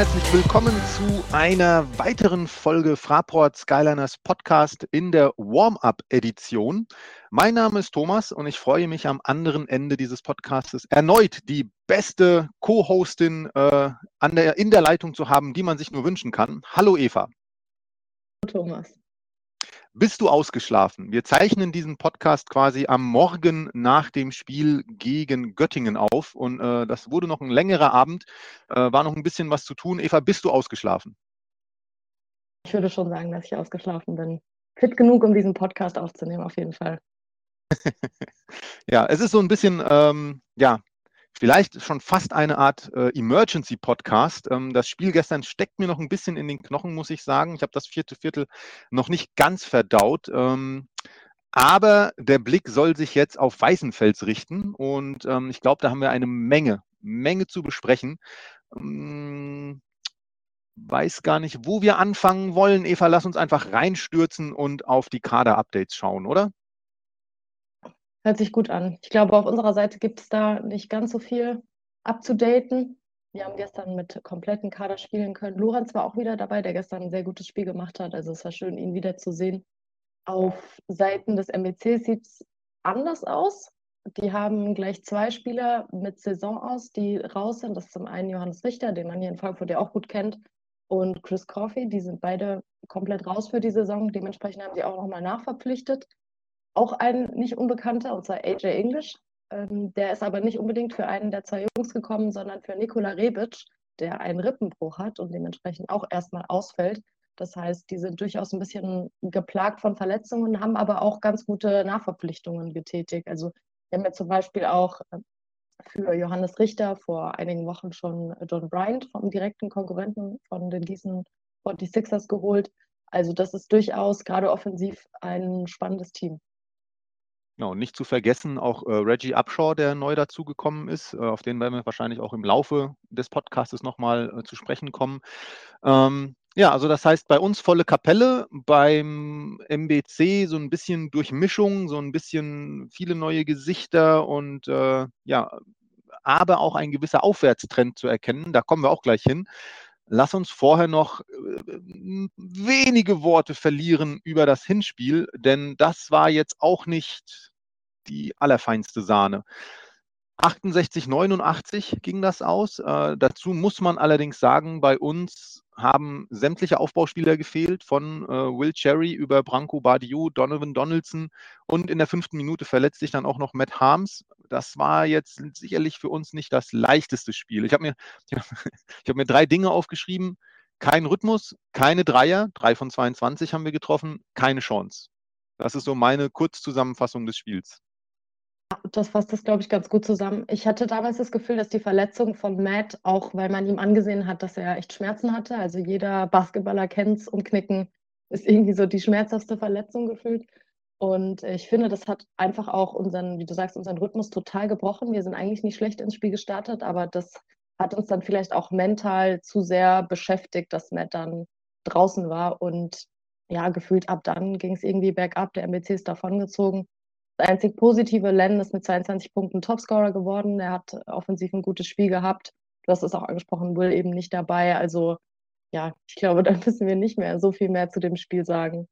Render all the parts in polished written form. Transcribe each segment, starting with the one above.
herzlich willkommen zu einer weiteren Folge Fraport Skyliners Podcast in der Warm-Up-Edition. Mein Name ist Thomas und ich freue mich am anderen Ende dieses Podcastes erneut die beste Co-Hostin in der Leitung zu haben, die man sich nur wünschen kann. Hallo Eva. Thomas. Bist du ausgeschlafen? Wir zeichnen diesen Podcast quasi am Morgen nach dem Spiel gegen Göttingen auf und das wurde noch ein längerer Abend, war noch ein bisschen was zu tun. Eva, bist du ausgeschlafen? Ich würde schon sagen, dass ich ausgeschlafen bin. Fit genug, um diesen Podcast aufzunehmen, auf jeden Fall. Ja, es ist so ein bisschen, vielleicht schon fast eine Art Emergency-Podcast. Das Spiel gestern steckt mir noch ein bisschen in den Knochen, muss ich sagen. Ich habe das vierte Viertel noch nicht ganz verdaut. Aber der Blick soll sich jetzt auf Weißenfels richten und ich glaube, da haben wir eine Menge zu besprechen. Weiß gar nicht, wo wir anfangen wollen. Eva, lass uns einfach reinstürzen und auf die Kader-Updates schauen, oder? Hört sich gut an. Ich glaube, auf unserer Seite gibt es da nicht ganz so viel abzudaten. Wir haben gestern mit kompletten Kader spielen können. Lorenz war auch wieder dabei, der gestern ein sehr gutes Spiel gemacht hat. Also es war schön, ihn wiederzusehen. Auf Seiten des MBC sieht es anders aus. Die haben gleich 2 Spieler mit Saison aus, die raus sind. Das ist zum einen Johannes Richter, den man hier in Frankfurt ja auch gut kennt, und Chris Coffey. Die sind beide komplett raus für die Saison. Dementsprechend haben sie auch nochmal nachverpflichtet. Auch ein nicht Unbekannter, und zwar AJ English. Der ist aber nicht unbedingt für einen der 2 Jungs gekommen, sondern für Nikola Rebic, der einen Rippenbruch hat und dementsprechend auch erstmal ausfällt. Das heißt, die sind durchaus ein bisschen geplagt von Verletzungen, haben aber auch ganz gute Nachverpflichtungen getätigt. Also wir haben ja zum Beispiel auch für Johannes Richter vor einigen Wochen schon John Bryant vom direkten Konkurrenten von den Gießen 46ers geholt. Also das ist durchaus gerade offensiv ein spannendes Team. Genau, nicht zu vergessen auch Reggie Upshaw, der neu dazugekommen ist. Auf den werden wir wahrscheinlich auch im Laufe des Podcastes nochmal zu sprechen kommen. Ja, also das heißt bei uns volle Kapelle, beim MBC so ein bisschen Durchmischung, so ein bisschen viele neue Gesichter und aber auch ein gewisser Aufwärtstrend zu erkennen. Da kommen wir auch gleich hin. Lass uns vorher noch wenige Worte verlieren über das Hinspiel, denn das war jetzt auch nicht die allerfeinste Sahne. 68:89 ging das aus. Dazu muss man allerdings sagen, bei uns haben sämtliche Aufbauspieler gefehlt, von Will Cherry über Branko Badiou, Donovan Donaldson und in der 5. Minute verletzt sich dann auch noch Matt Harms. Das war jetzt sicherlich für uns nicht das leichteste Spiel. Ich habe mir 3 Dinge aufgeschrieben. Kein Rhythmus, keine Dreier, 3 von 22 haben wir getroffen, keine Chance. Das ist so meine Kurzzusammenfassung des Spiels. Das fasst das, glaube ich, ganz gut zusammen. Ich hatte damals das Gefühl, dass die Verletzung von Matt, auch weil man ihm angesehen hat, dass er echt Schmerzen hatte, also jeder Basketballer kennt es, Umknicken ist irgendwie so die schmerzhafte Verletzung gefühlt. Und ich finde, das hat einfach auch unseren, wie du sagst, unseren Rhythmus total gebrochen. Wir sind eigentlich nicht schlecht ins Spiel gestartet, aber das hat uns dann vielleicht auch mental zu sehr beschäftigt, dass Matt dann draußen war. Und ja, gefühlt ab dann ging es irgendwie bergab. Der MBC ist davongezogen. Das einzig Positive, Len ist mit 22 Punkten Topscorer geworden. Er hat offensiv ein gutes Spiel gehabt. Du hast es auch angesprochen, Will eben nicht dabei. Also ja, ich glaube, da müssen wir nicht mehr so viel mehr zu dem Spiel sagen.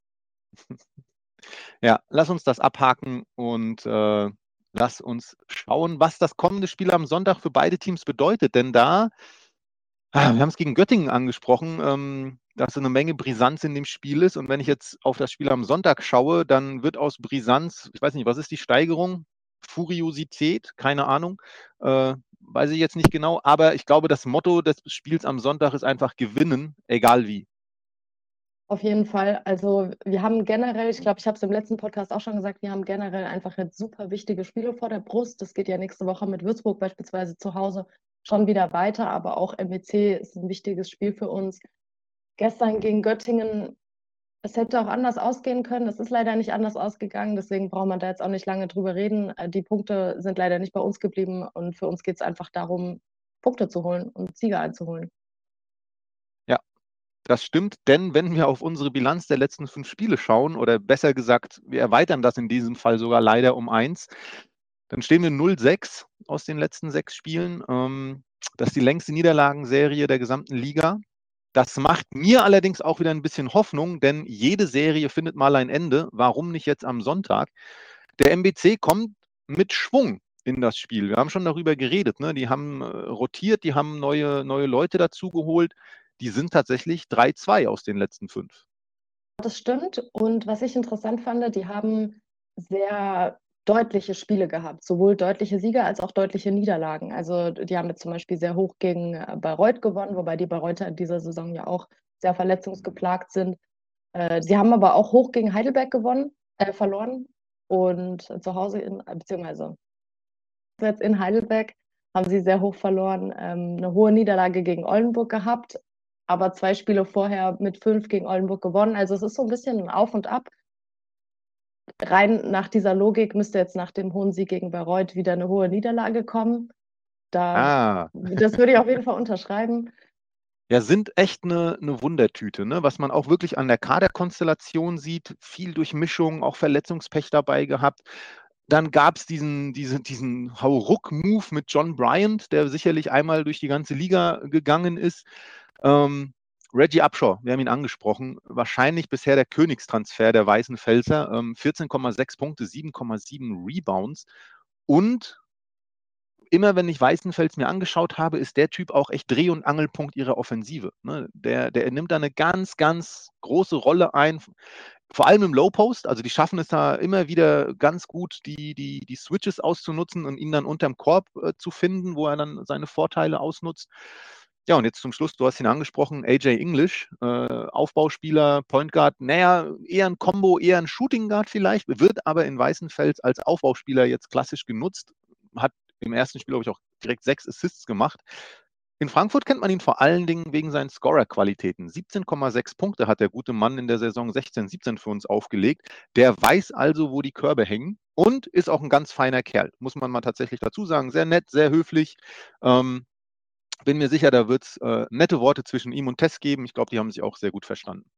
Ja, lass uns das abhaken und lass uns schauen, was das kommende Spiel am Sonntag für beide Teams bedeutet. Denn wir haben es gegen Göttingen angesprochen, dass so eine Menge Brisanz in dem Spiel ist. Und wenn ich jetzt auf das Spiel am Sonntag schaue, dann wird aus Brisanz, ich weiß nicht, was ist die Steigerung? Furiosität? Keine Ahnung. Weiß ich jetzt nicht genau. Aber ich glaube, das Motto des Spiels am Sonntag ist einfach gewinnen, egal wie. Auf jeden Fall. Also wir haben generell, ich glaube, ich habe es im letzten Podcast auch schon gesagt, wir haben generell einfach jetzt super wichtige Spiele vor der Brust. Das geht ja nächste Woche mit Würzburg beispielsweise zu Hause schon wieder weiter, aber auch MBC ist ein wichtiges Spiel für uns. Gestern gegen Göttingen, es hätte auch anders ausgehen können. Es ist leider nicht anders ausgegangen, deswegen braucht man da jetzt auch nicht lange drüber reden. Die Punkte sind leider nicht bei uns geblieben und für uns geht es einfach darum, Punkte zu holen und Siege einzuholen. Ja, das stimmt, denn wenn wir auf unsere Bilanz der letzten 5 Spiele schauen, oder besser gesagt, wir erweitern das in diesem Fall sogar leider um 1, dann stehen wir 0-6 aus den letzten 6 Spielen. Das ist die längste Niederlagenserie der gesamten Liga. Das macht mir allerdings auch wieder ein bisschen Hoffnung, denn jede Serie findet mal ein Ende. Warum nicht jetzt am Sonntag? Der MBC kommt mit Schwung in das Spiel. Wir haben schon darüber geredet. Ne? Die haben rotiert, die haben neue Leute dazugeholt. Die sind tatsächlich 3-2 aus den letzten 5. Das stimmt. Und was ich interessant fand, die haben sehr deutliche Spiele gehabt, sowohl deutliche Siege als auch deutliche Niederlagen. Also die haben jetzt zum Beispiel sehr hoch gegen Bayreuth gewonnen, wobei die Bayreuther in dieser Saison ja auch sehr verletzungsgeplagt sind. Sie haben aber auch hoch gegen Heidelberg verloren und zu Hause beziehungsweise jetzt in Heidelberg haben sie sehr hoch verloren, eine hohe Niederlage gegen Oldenburg gehabt, aber 2 Spiele vorher mit 5 gegen Oldenburg gewonnen. Also es ist so ein bisschen ein Auf und Ab. Rein nach dieser Logik müsste jetzt nach dem hohen Sieg gegen Bayreuth wieder eine hohe Niederlage kommen. Ah, Das würde ich auf jeden Fall unterschreiben. ja, sind echt eine Wundertüte, ne? Was man auch wirklich an der Kaderkonstellation sieht. Viel Durchmischung, auch Verletzungspech dabei gehabt. Dann gab es diesen Hauruck-Move mit John Bryant, der sicherlich einmal durch die ganze Liga gegangen ist. Reggie Upshaw, wir haben ihn angesprochen, wahrscheinlich bisher der Königstransfer der Weißen Pfälzer. 14,6 Punkte, 7,7 Rebounds. Und immer wenn ich Weißenfels mir angeschaut habe, ist der Typ auch echt Dreh- und Angelpunkt ihrer Offensive. Ne? Der nimmt da eine ganz, ganz große Rolle ein, vor allem im Low Post. Also die schaffen es da immer wieder ganz gut, die Switches auszunutzen und ihn dann unterm Korb zu finden, wo er dann seine Vorteile ausnutzt. Ja, und jetzt zum Schluss, du hast ihn angesprochen, AJ English, Aufbauspieler, Point Guard, naja, eher ein Combo, eher ein Shooting Guard vielleicht, wird aber in Weißenfels als Aufbauspieler jetzt klassisch genutzt, hat im ersten Spiel, glaube ich, auch direkt 6 Assists gemacht. In Frankfurt kennt man ihn vor allen Dingen wegen seinen Scorer-Qualitäten. 17,6 Punkte hat der gute Mann in der Saison 16/17 für uns aufgelegt. Der weiß also, wo die Körbe hängen und ist auch ein ganz feiner Kerl, muss man mal tatsächlich dazu sagen. Sehr nett, sehr höflich. Bin mir sicher, da wird es nette Worte zwischen ihm und Tess geben. Ich glaube, die haben sich auch sehr gut verstanden.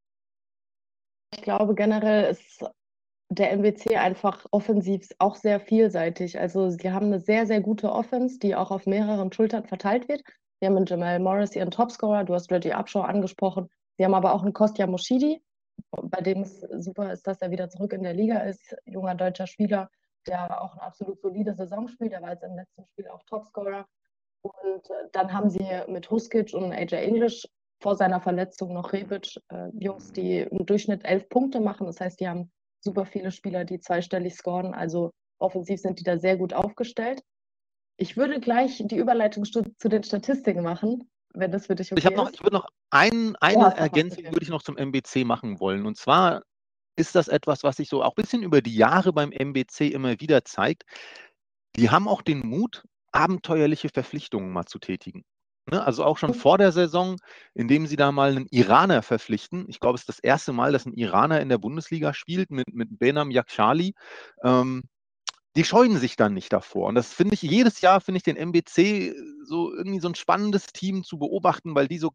Ich glaube, generell ist der MBC einfach offensiv auch sehr vielseitig. Also sie haben eine sehr, sehr gute Offense, die auch auf mehreren Schultern verteilt wird. Sie haben mit Jamal Morris ihren Topscorer, du hast Reggie Upshaw angesprochen. Sie haben aber auch einen Kostja Moschidi, bei dem es super ist, dass er wieder zurück in der Liga ist. Junger deutscher Spieler, der auch eine absolut solide Saison spielt. Der war jetzt im letzten Spiel auch Topscorer. Und dann haben sie mit Huskic und AJ English vor seiner Verletzung noch Rebic, Jungs, die im Durchschnitt 11 Punkte machen. Das heißt, die haben super viele Spieler, die zweistellig scoren. Also offensiv sind die da sehr gut aufgestellt. Ich würde gleich die Überleitung zu den Statistiken machen, wenn das für dich Ich okay ist. würde noch Du eine hast noch was, Ergänzung okay. würde ich noch zum MBC machen wollen. Und zwar ist das etwas, was sich so auch ein bisschen über die Jahre beim MBC immer wieder zeigt. Die haben auch den Mut, abenteuerliche Verpflichtungen mal zu tätigen. Ne? Also auch schon vor der Saison, indem sie da mal einen Iraner verpflichten. Ich glaube, es ist das erste Mal, dass ein Iraner in der Bundesliga spielt mit Benam Yakhshali. Ähm, Die scheuen sich dann nicht davor. Und das finde ich, jedes Jahr finde ich den MBC so irgendwie so ein spannendes Team zu beobachten, weil die so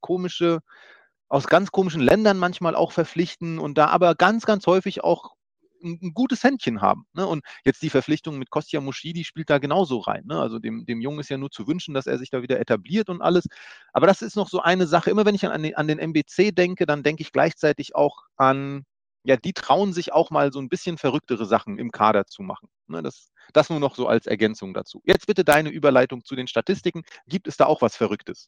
aus ganz komischen Ländern manchmal auch verpflichten und da aber ganz, ganz häufig auch ein gutes Händchen haben. Ne? Und jetzt die Verpflichtung mit Kostja Moschidi spielt da genauso rein. Ne? Also dem Jungen ist ja nur zu wünschen, dass er sich da wieder etabliert und alles. Aber das ist noch so eine Sache. Immer wenn ich an den MBC denke, dann denke ich gleichzeitig auch an, ja, die trauen sich auch mal so ein bisschen verrücktere Sachen im Kader zu machen. Ne? Das nur noch so als Ergänzung dazu. Jetzt bitte deine Überleitung zu den Statistiken. Gibt es da auch was Verrücktes?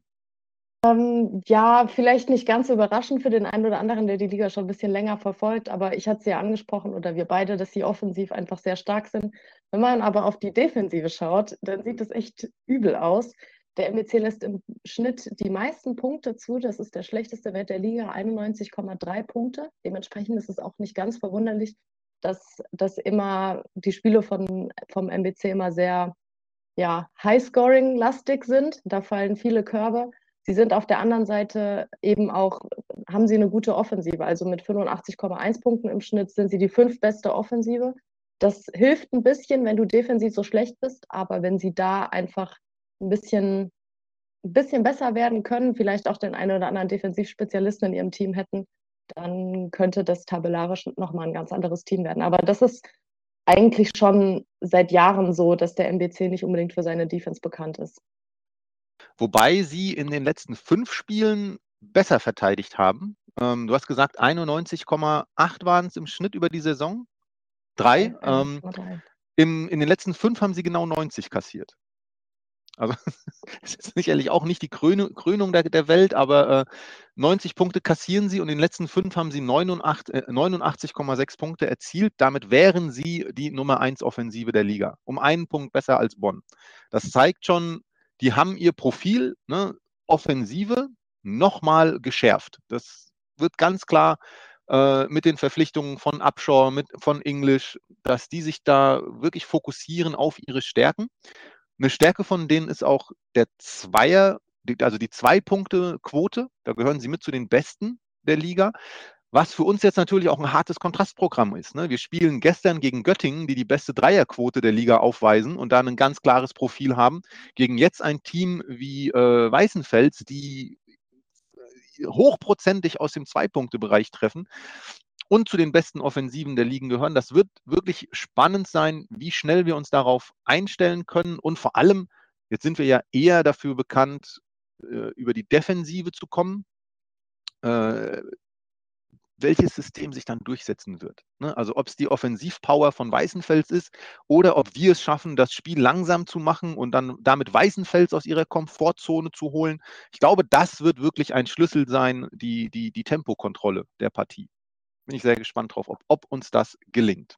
Ja, vielleicht nicht ganz so überraschend für den einen oder anderen, der die Liga schon ein bisschen länger verfolgt, aber ich hatte es ja angesprochen oder wir beide, dass sie offensiv einfach sehr stark sind. Wenn man aber auf die Defensive schaut, dann sieht es echt übel aus. Der MBC lässt im Schnitt die meisten Punkte zu. Das ist der schlechteste Wert der Liga, 91,3 Punkte. Dementsprechend ist es auch nicht ganz verwunderlich, dass immer die Spiele vom MBC immer sehr ja, High-Scoring-lastig sind. Da fallen viele Körbe. Sie sind auf der anderen Seite eben auch, haben sie eine gute Offensive. Also mit 85,1 Punkten im Schnitt sind sie die 5. beste Offensive. Das hilft ein bisschen, wenn du defensiv so schlecht bist, aber wenn sie da einfach ein bisschen besser werden können, vielleicht auch den einen oder anderen Defensivspezialisten in ihrem Team hätten, dann könnte das tabellarisch nochmal ein ganz anderes Team werden. Aber das ist eigentlich schon seit Jahren so, dass der MBC nicht unbedingt für seine Defense bekannt ist. wobei sie in den letzten 5 Spielen besser verteidigt haben. Du hast gesagt, 91,8 waren es im Schnitt über die Saison. 3. 91,3. In den letzten 5 haben sie genau 90 kassiert. Also es ist sicherlich auch nicht die Krönung der Welt, aber 90 Punkte kassieren sie und in den letzten 5 haben sie 89,6 Punkte erzielt. Damit wären sie die Nummer 1 Offensive der Liga. Um einen Punkt besser als Bonn. Das zeigt schon, die haben ihr Profil, ne, Offensive, nochmal geschärft. Das wird ganz klar mit den Verpflichtungen von Upshaw, von English, dass die sich da wirklich fokussieren auf ihre Stärken. Eine Stärke von denen ist auch der Zweier, also die 2-Punkte-Quote. Da gehören sie mit zu den Besten der Liga. Was für uns jetzt natürlich auch ein hartes Kontrastprogramm ist. Ne? Wir spielen gestern gegen Göttingen, die beste Dreierquote der Liga aufweisen und da ein ganz klares Profil haben, gegen jetzt ein Team wie Weißenfels, die hochprozentig aus dem Zwei-Punkte-Bereich treffen und zu den besten Offensiven der Ligen gehören. Das wird wirklich spannend sein, wie schnell wir uns darauf einstellen können und vor allem, jetzt sind wir ja eher dafür bekannt, über die Defensive zu kommen, welches System sich dann durchsetzen wird. Ne? Also ob es die Offensivpower von Weißenfels ist oder ob wir es schaffen, das Spiel langsam zu machen und dann damit Weißenfels aus ihrer Komfortzone zu holen. Ich glaube, das wird wirklich ein Schlüssel sein, die Tempokontrolle der Partie. Bin ich sehr gespannt drauf, ob uns das gelingt.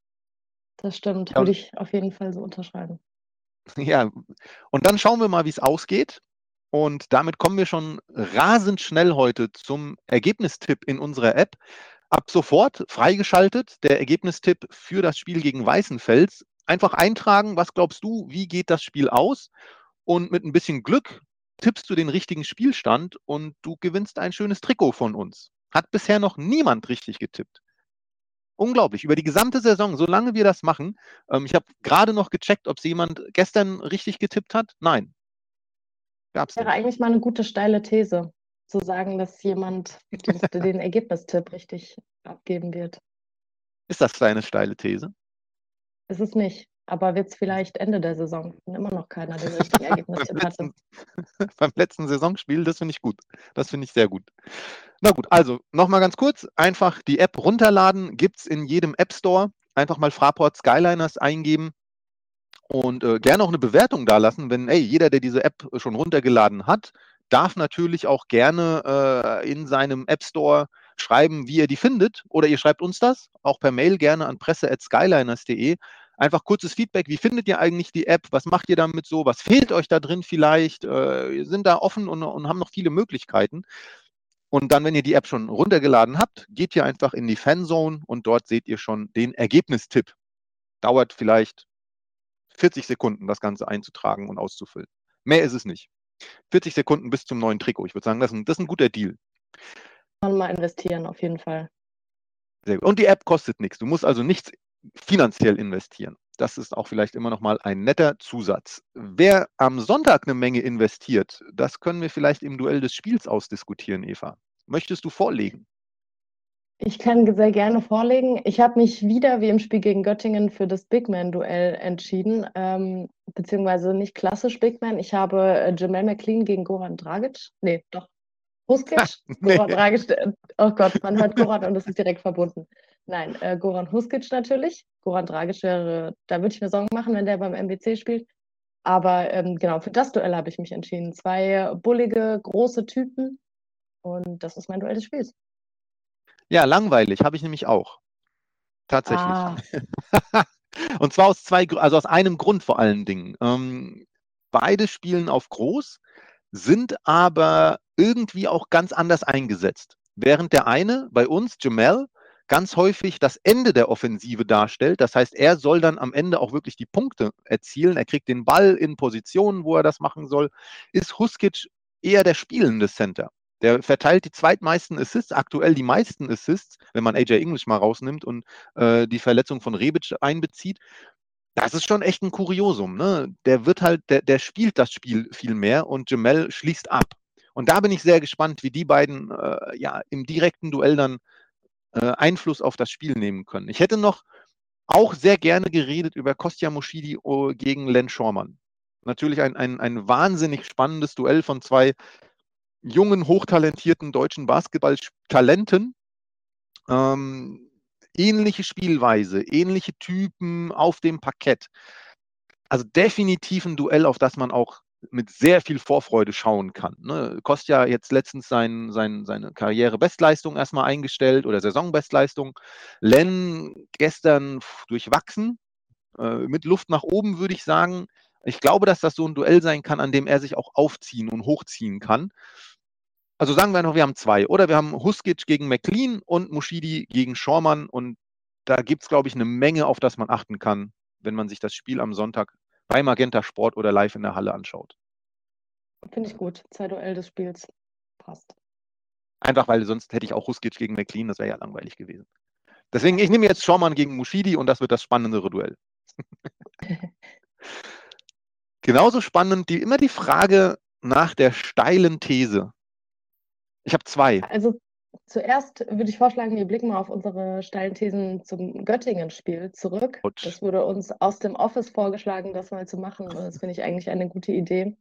Das stimmt, Ja, würde ich auf jeden Fall so unterschreiben. ja, und dann schauen wir mal, wie es ausgeht. Und damit kommen wir schon rasend schnell heute zum Ergebnistipp in unserer App. Ab sofort freigeschaltet, der Ergebnistipp für das Spiel gegen Weißenfels. Einfach eintragen, was glaubst du, wie geht das Spiel aus? Und mit ein bisschen Glück tippst du den richtigen Spielstand und du gewinnst ein schönes Trikot von uns. Hat bisher noch niemand richtig getippt. Unglaublich, über die gesamte Saison, solange wir das machen. Ich habe gerade noch gecheckt, ob es jemand gestern richtig getippt hat. Nein, gab es Wäre nicht. eigentlich mal eine gute steile These, zu sagen, dass jemand den Ergebnistipp richtig abgeben wird. Ist das eine steile These? Ist es nicht, aber wird es vielleicht Ende der Saison, wenn immer noch keiner den richtigen beim, Ergebnistipp hatte. letzten, beim letzten Saisonspiel, das finde ich gut. Das finde ich sehr gut. Na gut, also nochmal ganz kurz, einfach die App runterladen, gibt es in jedem App Store. Einfach mal Fraport Skyliners eingeben und gerne auch eine Bewertung dalassen, wenn, jeder, der diese App schon runtergeladen hat, darf natürlich auch gerne in seinem App Store schreiben, wie ihr die findet. Oder ihr schreibt uns das, auch per Mail gerne an presse@skyliners.de. Einfach kurzes Feedback, wie findet ihr eigentlich die App? Was macht ihr damit so? Was fehlt euch da drin vielleicht? Wir sind da offen und haben noch viele Möglichkeiten. Und dann, wenn ihr die App schon runtergeladen habt, geht ihr einfach in die Fanzone und dort seht ihr schon den Ergebnistipp. Dauert vielleicht 40 Sekunden, das Ganze einzutragen und auszufüllen. Mehr ist es nicht. 40 Sekunden bis zum neuen Trikot. Ich würde sagen, das ist ein guter Deal. Kann man mal investieren, auf jeden Fall. Sehr gut. Und die App kostet nichts. Du musst also nichts finanziell investieren. Das ist auch vielleicht immer noch mal ein netter Zusatz. Wer am Sonntag eine Menge investiert, das können wir vielleicht im Duell des Spiels ausdiskutieren, Eva. Möchtest du vorlegen? Ich kann sehr gerne vorlegen. Ich habe mich wieder wie im Spiel gegen Göttingen für das Big Man-Duell entschieden, beziehungsweise nicht klassisch Big Man. Ich habe Jamal McLean gegen Goran Dragic. Nee, doch. Huskic? Nee. Goran Dragic. Oh Gott, man hört Goran und es ist direkt verbunden. Nein, Goran Huskic natürlich. Goran Dragic wäre, da würde ich mir Sorgen machen, wenn der beim MBC spielt. Aber genau, für das Duell habe ich mich entschieden. Zwei bullige, große Typen. Und das ist mein Duell des Spiels. Ja, langweilig, habe ich nämlich auch. Tatsächlich. Ah, Und zwar also aus einem Grund vor allen Dingen. Beide spielen auf groß, sind aber irgendwie auch ganz anders eingesetzt. Während der eine bei uns, Jamal, ganz häufig das Ende der Offensive darstellt. Das heißt, er soll dann am Ende auch wirklich die Punkte erzielen. Er kriegt den Ball in Positionen, wo er das machen soll. Ist Huskic eher der spielende Center. Der verteilt die zweitmeisten Assists, aktuell die meisten Assists, wenn man AJ English mal rausnimmt und die Verletzung von Rebic einbezieht. Das ist schon echt ein Kuriosum. Ne? Der spielt das Spiel viel mehr und Jamal schließt ab. Und da bin ich sehr gespannt, wie die beiden im direkten Duell dann Einfluss auf das Spiel nehmen können. Ich hätte noch auch sehr gerne geredet über Kostja Moschidi gegen Len Schormann. Natürlich ein wahnsinnig spannendes Duell von zwei jungen, hochtalentierten deutschen Basketball-Talenten. Ähnliche Spielweise, ähnliche Typen auf dem Parkett. Also definitiv ein Duell, auf das man auch mit sehr viel Vorfreude schauen kann. Ne? Kostja jetzt letztens seine Karriere-Bestleistung erstmal eingestellt oder Saisonbestleistung. Len gestern durchwachsen, mit Luft nach oben, würde ich sagen. Ich glaube, dass das so ein Duell sein kann, an dem er sich auch aufziehen und hochziehen kann. Also sagen wir noch, wir haben zwei. Oder wir haben Huskic gegen McLean und Mushidi gegen Schormann. Und da gibt es, glaube ich, eine Menge, auf das man achten kann, wenn man sich das Spiel am Sonntag bei Magenta Sport oder live in der Halle anschaut. Finde ich gut. Zeitduell des Spiels. Passt. Einfach, weil sonst hätte ich auch Huskic gegen McLean, das wäre ja langweilig gewesen. Deswegen, ich nehme jetzt Schormann gegen Mushidi und das wird das spannendere Duell. Genauso spannend immer die Frage nach der steilen These. Ich habe zwei. Also zuerst würde ich vorschlagen, wir blicken mal auf unsere steilen Thesen zum Göttingen-Spiel zurück. Autsch. Das wurde uns aus dem Office vorgeschlagen, das mal zu machen. Und das finde ich eigentlich eine gute Idee.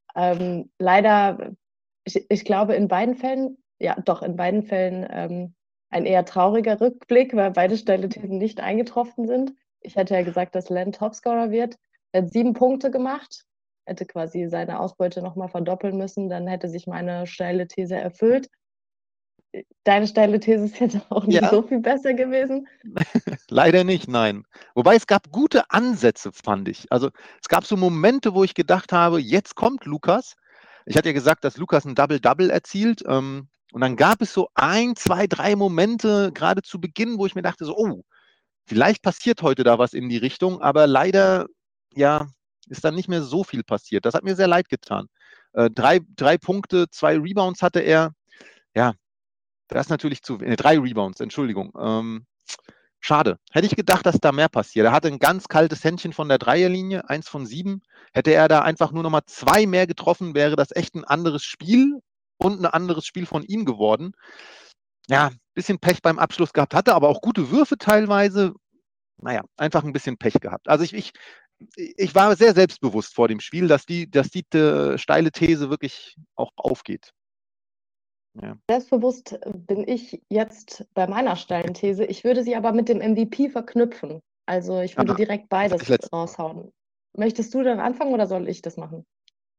Leider, ich glaube, in beiden Fällen, ja doch, in beiden Fällen ein eher trauriger Rückblick, weil beide steile Thesen nicht eingetroffen sind. Ich hätte ja gesagt, dass Len Topscorer wird. Er hat 7 Punkte gemacht, hätte quasi seine Ausbeute nochmal verdoppeln müssen, dann hätte sich meine steile These erfüllt. Deine steile These ist jetzt auch nicht Ja, so viel besser gewesen. leider nicht, nein. Wobei es gab gute Ansätze, fand ich. Also es gab so Momente, wo ich gedacht habe, jetzt kommt Lukas. Ich hatte ja gesagt, dass Lukas ein Double-Double erzielt. Und dann gab es so 1, 2, 3 Momente, gerade zu Beginn, wo ich mir dachte, so, oh, vielleicht passiert heute da was in die Richtung, aber leider, ja, ist dann nicht mehr so viel passiert. Das hat mir sehr leid getan. 3 Punkte, 2 Rebounds hatte er. Ja, das ist natürlich 3 Rebounds, Entschuldigung. Schade. Hätte ich gedacht, dass da mehr passiert. Er hatte ein ganz kaltes Händchen von der Dreierlinie, 1 von 7. Hätte er da einfach nur noch mal 2 mehr getroffen, wäre das echt ein anderes Spiel und ein anderes Spiel von ihm geworden. Ja, ein bisschen Pech beim Abschluss gehabt, hatte aber auch gute Würfe teilweise. Naja, einfach ein bisschen Pech gehabt. Also ich war sehr selbstbewusst vor dem Spiel, dass die steile These wirklich auch aufgeht. Ja. Selbstbewusst bin ich jetzt bei meiner steilen These. Ich würde sie aber mit dem MVP verknüpfen. Also ich würde Ah, direkt das hatte ich beides letztes Mal. raushauen. Möchtest du dann anfangen oder soll ich das machen?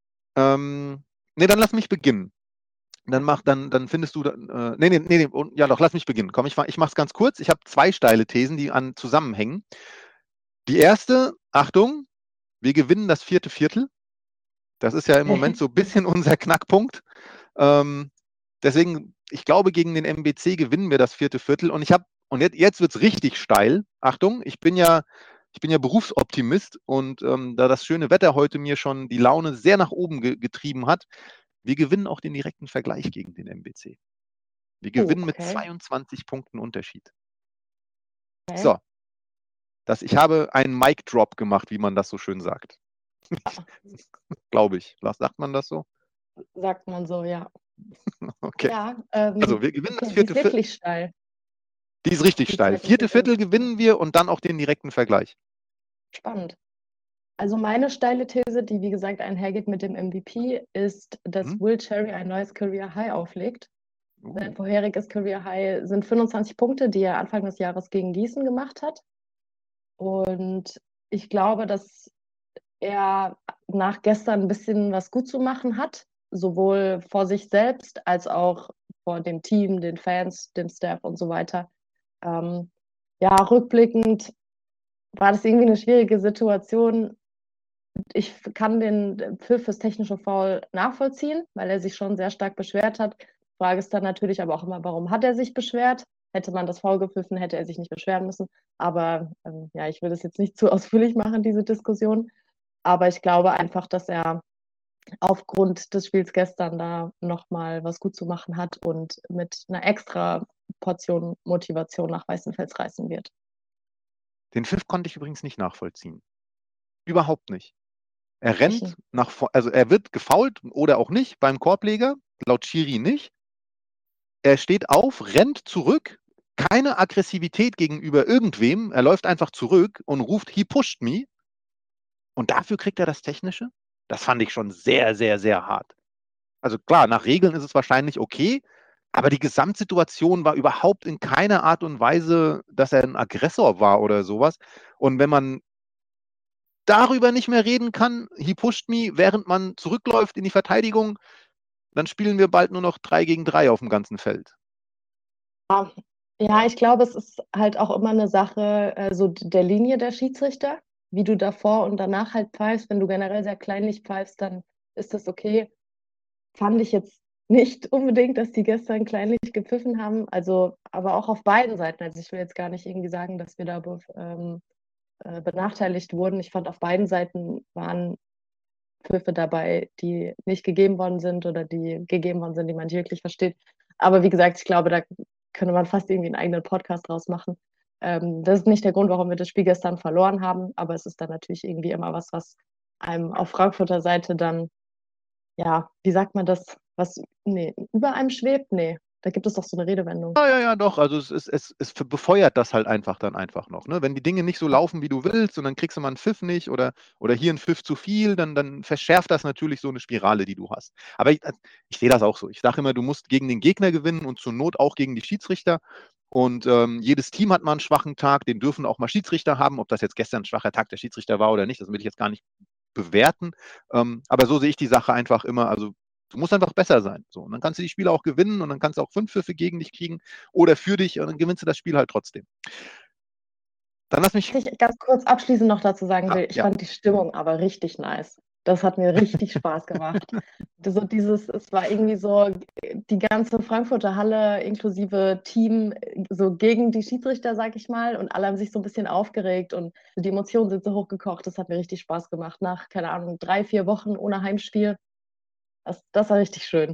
Nee, dann lass mich beginnen. Dann findest du, nee, ja doch, lass mich beginnen. Komm, ich mache es ganz kurz. Ich habe 2 steile Thesen, die zusammenhängen. Die erste, Achtung, wir gewinnen das 4. Viertel. Das ist ja im Moment so ein bisschen unser Knackpunkt. Deswegen, ich glaube, gegen den MBC gewinnen wir das 4. Viertel. Und jetzt wird es richtig steil. Achtung, ich bin ja Berufsoptimist und da das schöne Wetter heute mir schon die Laune sehr nach oben getrieben hat, wir gewinnen auch den direkten Vergleich gegen den MBC. Wir gewinnen mit Okay. 22 Punkten Unterschied. Okay. So, ich habe einen Mic Drop gemacht, wie man das so schön sagt. Glaube ich. Sagt man das so? Sagt man so, ja. Okay. Ja, Also wir gewinnen das okay, die 4. ist Viertel. wirklich steil, Die ist richtig die steil. zweite 4. These. Viertel gewinnen wir und dann auch den direkten Vergleich. Spannend. Also meine steile These, die wie gesagt einhergeht mit dem MVP, ist, dass Hm? Will Cherry ein neues Career High auflegt. Sein Uh. vorheriges Career High sind 25 Punkte, die er Anfang des Jahres gegen Gießen gemacht hat. Und ich glaube, dass er nach gestern ein bisschen was gut zu machen hat, sowohl vor sich selbst als auch vor dem Team, den Fans, dem Staff und so weiter. Ja, rückblickend war das irgendwie eine schwierige Situation. Ich kann den Pfiff fürs technische Foul nachvollziehen, weil er sich schon sehr stark beschwert hat. Die Frage ist dann natürlich aber auch immer, warum hat er sich beschwert? Hätte man das Foul gepfiffen, hätte er sich nicht beschweren müssen. Aber ja, ich will das jetzt nicht zu ausführlich machen, diese Diskussion. Aber ich glaube einfach, dass er aufgrund des Spiels gestern da nochmal was gut zu machen hat und mit einer extra Portion Motivation nach Weißenfels reißen wird. Den Pfiff konnte ich übrigens nicht nachvollziehen. Überhaupt nicht. Er rennt also er wird gefoult oder auch nicht beim Korbleger, laut Schiri nicht. Er steht auf, rennt zurück, keine Aggressivität gegenüber irgendwem. Er läuft einfach zurück und ruft, he pushed me. Und dafür kriegt er das Technische? Das fand ich schon sehr, sehr, sehr hart. Also klar, nach Regeln ist es wahrscheinlich okay, aber die Gesamtsituation war überhaupt in keiner Art und Weise, dass er ein Aggressor war oder sowas. Und wenn man darüber nicht mehr reden kann, he pushed me, während man zurückläuft in die Verteidigung, dann spielen wir bald nur noch 3 gegen 3 auf dem ganzen Feld. Ja, ich glaube, es ist halt auch immer eine Sache so der Linie der Schiedsrichter, wie du davor und danach halt pfeifst. Wenn du generell sehr kleinlich pfeifst, dann ist das okay. Fand ich jetzt nicht unbedingt, dass die gestern kleinlich gepfiffen haben. Also, aber auch auf beiden Seiten. Also ich will jetzt gar nicht irgendwie sagen, dass wir da benachteiligt wurden. Ich fand, auf beiden Seiten waren Pfiffe dabei, die nicht gegeben worden sind oder die gegeben worden sind, die man nicht wirklich versteht. Aber wie gesagt, ich glaube, da könnte man fast irgendwie einen eigenen Podcast draus machen. Das ist nicht der Grund, warum wir das Spiel gestern verloren haben, aber es ist dann natürlich irgendwie immer was einem auf Frankfurter Seite dann, ja, wie sagt man das, was, nee, über einem schwebt? Nee, da gibt es doch so eine Redewendung. Ja, doch. Also es befeuert das halt dann einfach noch. Ne? Wenn die Dinge nicht so laufen, wie du willst, und dann kriegst du mal einen Pfiff nicht oder hier einen Pfiff zu viel, dann verschärft das natürlich so eine Spirale, die du hast. Aber ich sehe das auch so. Ich sage immer, du musst gegen den Gegner gewinnen und zur Not auch gegen die Schiedsrichter. Und jedes Team hat mal einen schwachen Tag, den dürfen auch mal Schiedsrichter haben. Ob das jetzt gestern ein schwacher Tag der Schiedsrichter war oder nicht, das will ich jetzt gar nicht bewerten. Aber so sehe ich die Sache einfach immer. Also du musst einfach besser sein. So, und dann kannst du die Spiele auch gewinnen und dann kannst du auch 5 Pfiffe gegen dich kriegen oder für dich und dann gewinnst du das Spiel halt trotzdem. Dann lass mich. Was ich ganz kurz abschließend noch dazu sagen will, ich Ja. fand die Stimmung aber richtig nice. Das hat mir richtig Spaß gemacht. So es war irgendwie so die ganze Frankfurter Halle inklusive Team so gegen die Schiedsrichter, sag ich mal, und alle haben sich so ein bisschen aufgeregt und die Emotionen sind so hochgekocht. Das hat mir richtig Spaß gemacht. Nach, keine Ahnung, 3, 4 Wochen ohne Heimspiel. Das war richtig schön.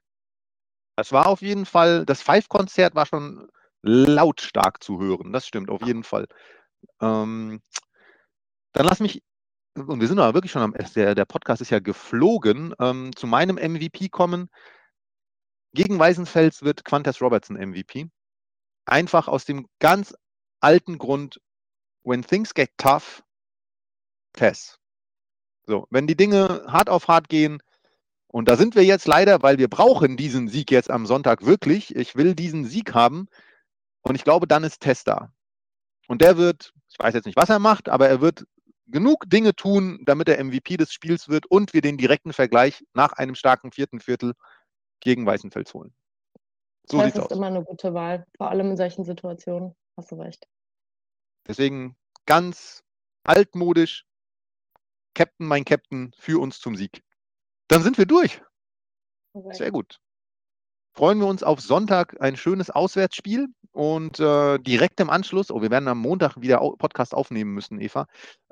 Das war auf jeden Fall, das Five-Konzert war schon lautstark zu hören. Das stimmt, auf jeden Fall. Dann lass mich, und wir sind aber wirklich schon der Podcast ist ja geflogen, zu meinem MVP kommen. Gegen Weißenfels wird Qantas Robertson MVP. Einfach aus dem ganz alten Grund, when things get tough, Tess. So, wenn die Dinge hart auf hart gehen, und da sind wir jetzt leider, weil wir brauchen diesen Sieg jetzt am Sonntag wirklich. Ich will diesen Sieg haben und ich glaube, dann ist Tess da. Und der wird, ich weiß jetzt nicht, was er macht, aber er wird genug Dinge tun, damit er MVP des Spiels wird und wir den direkten Vergleich nach einem starken 4. Viertel gegen Weißenfels holen. So Tess sieht's ist aus. immer eine gute Wahl, vor allem in solchen Situationen. Hast du recht. Deswegen ganz altmodisch, Captain, mein Captain, für uns zum Sieg. Dann sind wir durch. Sehr gut. Freuen wir uns auf Sonntag ein schönes Auswärtsspiel und direkt im Anschluss, wir werden am Montag wieder Podcast aufnehmen müssen, Eva,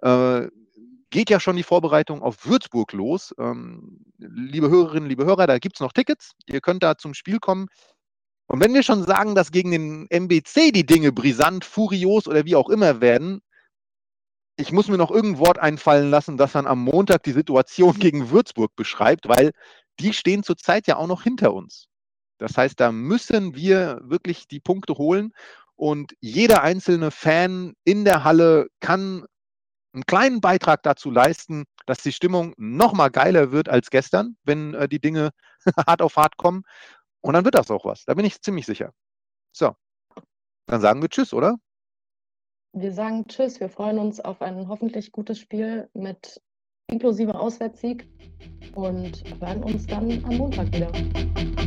geht ja schon die Vorbereitung auf Würzburg los. Liebe Hörerinnen, liebe Hörer, da gibt es noch Tickets. Ihr könnt da zum Spiel kommen. Und wenn wir schon sagen, dass gegen den MBC die Dinge brisant, furios oder wie auch immer werden, ich muss mir noch irgendein Wort einfallen lassen, das dann am Montag die Situation gegen Würzburg beschreibt, weil die stehen zurzeit ja auch noch hinter uns. Das heißt, da müssen wir wirklich die Punkte holen und jeder einzelne Fan in der Halle kann einen kleinen Beitrag dazu leisten, dass die Stimmung noch mal geiler wird als gestern, wenn die Dinge hart auf hart kommen. Und dann wird das auch was. Da bin ich ziemlich sicher. So, dann sagen wir Tschüss, oder? Wir sagen Tschüss. Wir freuen uns auf ein hoffentlich gutes Spiel mit inklusive Auswärtssieg und hören uns dann am Montag wieder.